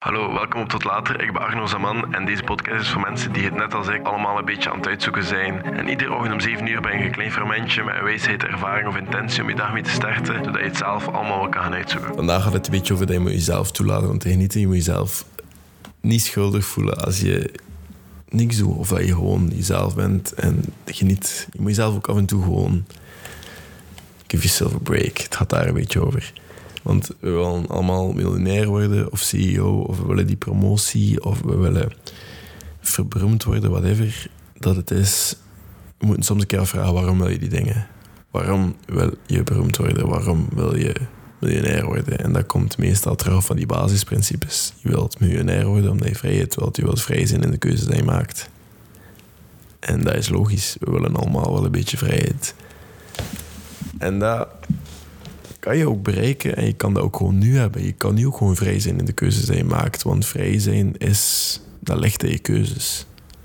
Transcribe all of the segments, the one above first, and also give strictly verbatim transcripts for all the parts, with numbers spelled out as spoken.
Hallo, welkom op Tot Later. Ik ben Arno Zaman en deze podcast is voor mensen die het net als ik allemaal een beetje aan het uitzoeken zijn. En iedere ochtend om zeven uur ben je een klein fermentje met een wijsheid, ervaring of intentie om je dag mee te starten, zodat je het zelf allemaal wel kan gaan uitzoeken. Vandaag gaat het een beetje over dat je moet jezelf toelaten om te genieten. Je moet jezelf niet schuldig voelen als je niks doet of dat je gewoon jezelf bent en geniet. Je moet jezelf ook af en toe gewoon give yourself a break. Het gaat daar een beetje over. Want we willen allemaal miljonair worden of C E O of we willen die promotie of we willen verberoemd worden, whatever dat het is. We moeten soms een keer afvragen, waarom wil je die dingen? Waarom wil je beroemd worden? Waarom wil je miljonair worden? En dat komt meestal terug van die basisprincipes. Je wilt miljonair worden omdat je vrijheid wilt. Je wilt vrij zijn in de keuzes die je maakt. En dat is logisch. We willen allemaal wel een beetje vrijheid. En dat kan je ook bereiken en je kan dat ook gewoon nu hebben. Je kan nu ook gewoon vrij zijn in de keuzes die je maakt. Want vrij zijn is, dat ligt in je keuzes.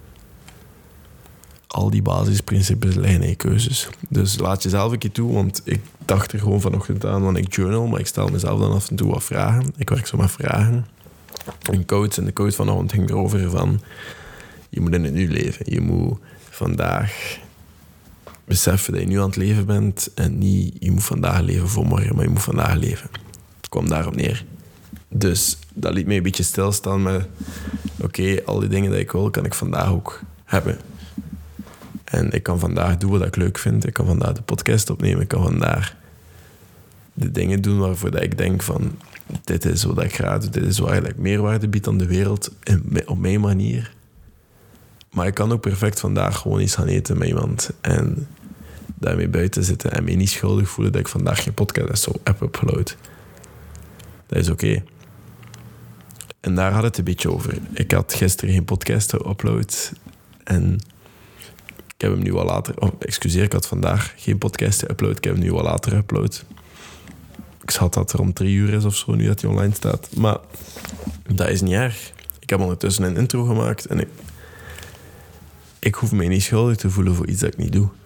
Al die basisprincipes liggen in je keuzes. Dus laat jezelf een keer toe, want ik dacht er gewoon vanochtend aan, want ik journal, maar ik stel mezelf dan af en toe wat vragen. Ik werk zo met vragen. Een quote, en de quote vanochtend ging erover van, je moet in het nu leven. Je moet vandaag beseffen dat je nu aan het leven bent en niet, je moet vandaag leven voor morgen, maar je moet vandaag leven. Het kwam daarop neer. Dus dat liet mij een beetje stilstaan met, oké, okay, al die dingen die ik wil, kan ik vandaag ook hebben. En ik kan vandaag doen wat ik leuk vind. Ik kan vandaag de podcast opnemen. Ik kan vandaag de dingen doen waarvoor dat ik denk van, dit is wat ik graag doe. Dit is waar ik meerwaarde bied aan de wereld op mijn manier. Maar ik kan ook perfect vandaag gewoon iets gaan eten met iemand en daarmee buiten zitten en me niet schuldig voelen dat ik vandaag geen podcast zo heb upload. Dat is oké. Okay. En daar had het een beetje over. Ik had gisteren geen podcast geüpload en ik heb hem nu al later... Oh, excuseer, ik had vandaag geen podcast geüpload. Ik heb hem nu al later geüpload. Ik schat dat er om drie uur is of zo, nu dat hij online staat. Maar dat is niet erg. Ik heb ondertussen een intro gemaakt en ik... Ik hoef mij niet schuldig te voelen voor iets dat ik niet doe.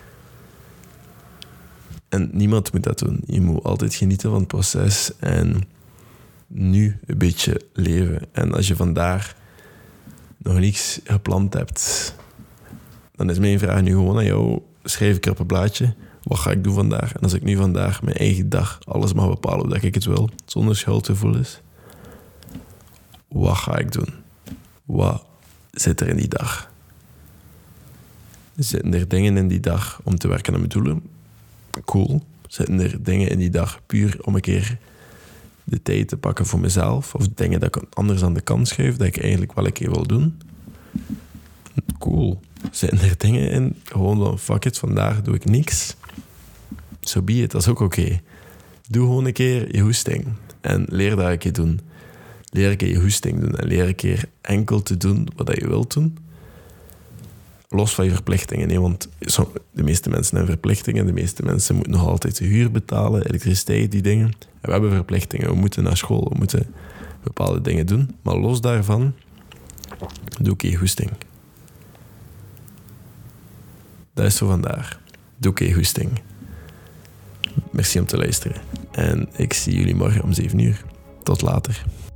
En niemand moet dat doen. Je moet altijd genieten van het proces en nu een beetje leven. En als je vandaag nog niets gepland hebt, dan is mijn vraag nu gewoon aan jou. Schrijf ik op een blaadje, wat ga ik doen vandaag? En als ik nu vandaag mijn eigen dag alles mag bepalen hoe dat ik het wil, zonder schuldgevoel is, wat ga ik doen? Wat zit er in die dag? Zitten er dingen in die dag om te werken aan mijn doelen? Cool. Zitten er dingen in die dag puur om een keer de tijd te pakken voor mezelf? Of dingen dat ik anders aan de kant schuif, dat ik eigenlijk wel een keer wil doen? Cool. Zitten er dingen in? Gewoon van, fuck it, vandaag doe ik niks. So be it, dat is ook oké. Okay. Doe gewoon een keer je hoesting. En leer dat een keer doen. Leer een keer je hoesting doen. En leer een keer enkel te doen wat je wilt doen. Los van je verplichtingen. Nee, want de meeste mensen hebben verplichtingen. De meeste mensen moeten nog altijd de huur betalen, elektriciteit, die dingen. En we hebben verplichtingen. We moeten naar school. We moeten bepaalde dingen doen. Maar los daarvan, doe ik je hoesting. Dat is zo vandaag. Doe ik je hoesting. Merci om te luisteren. En ik zie jullie morgen om zeven uur. Tot later.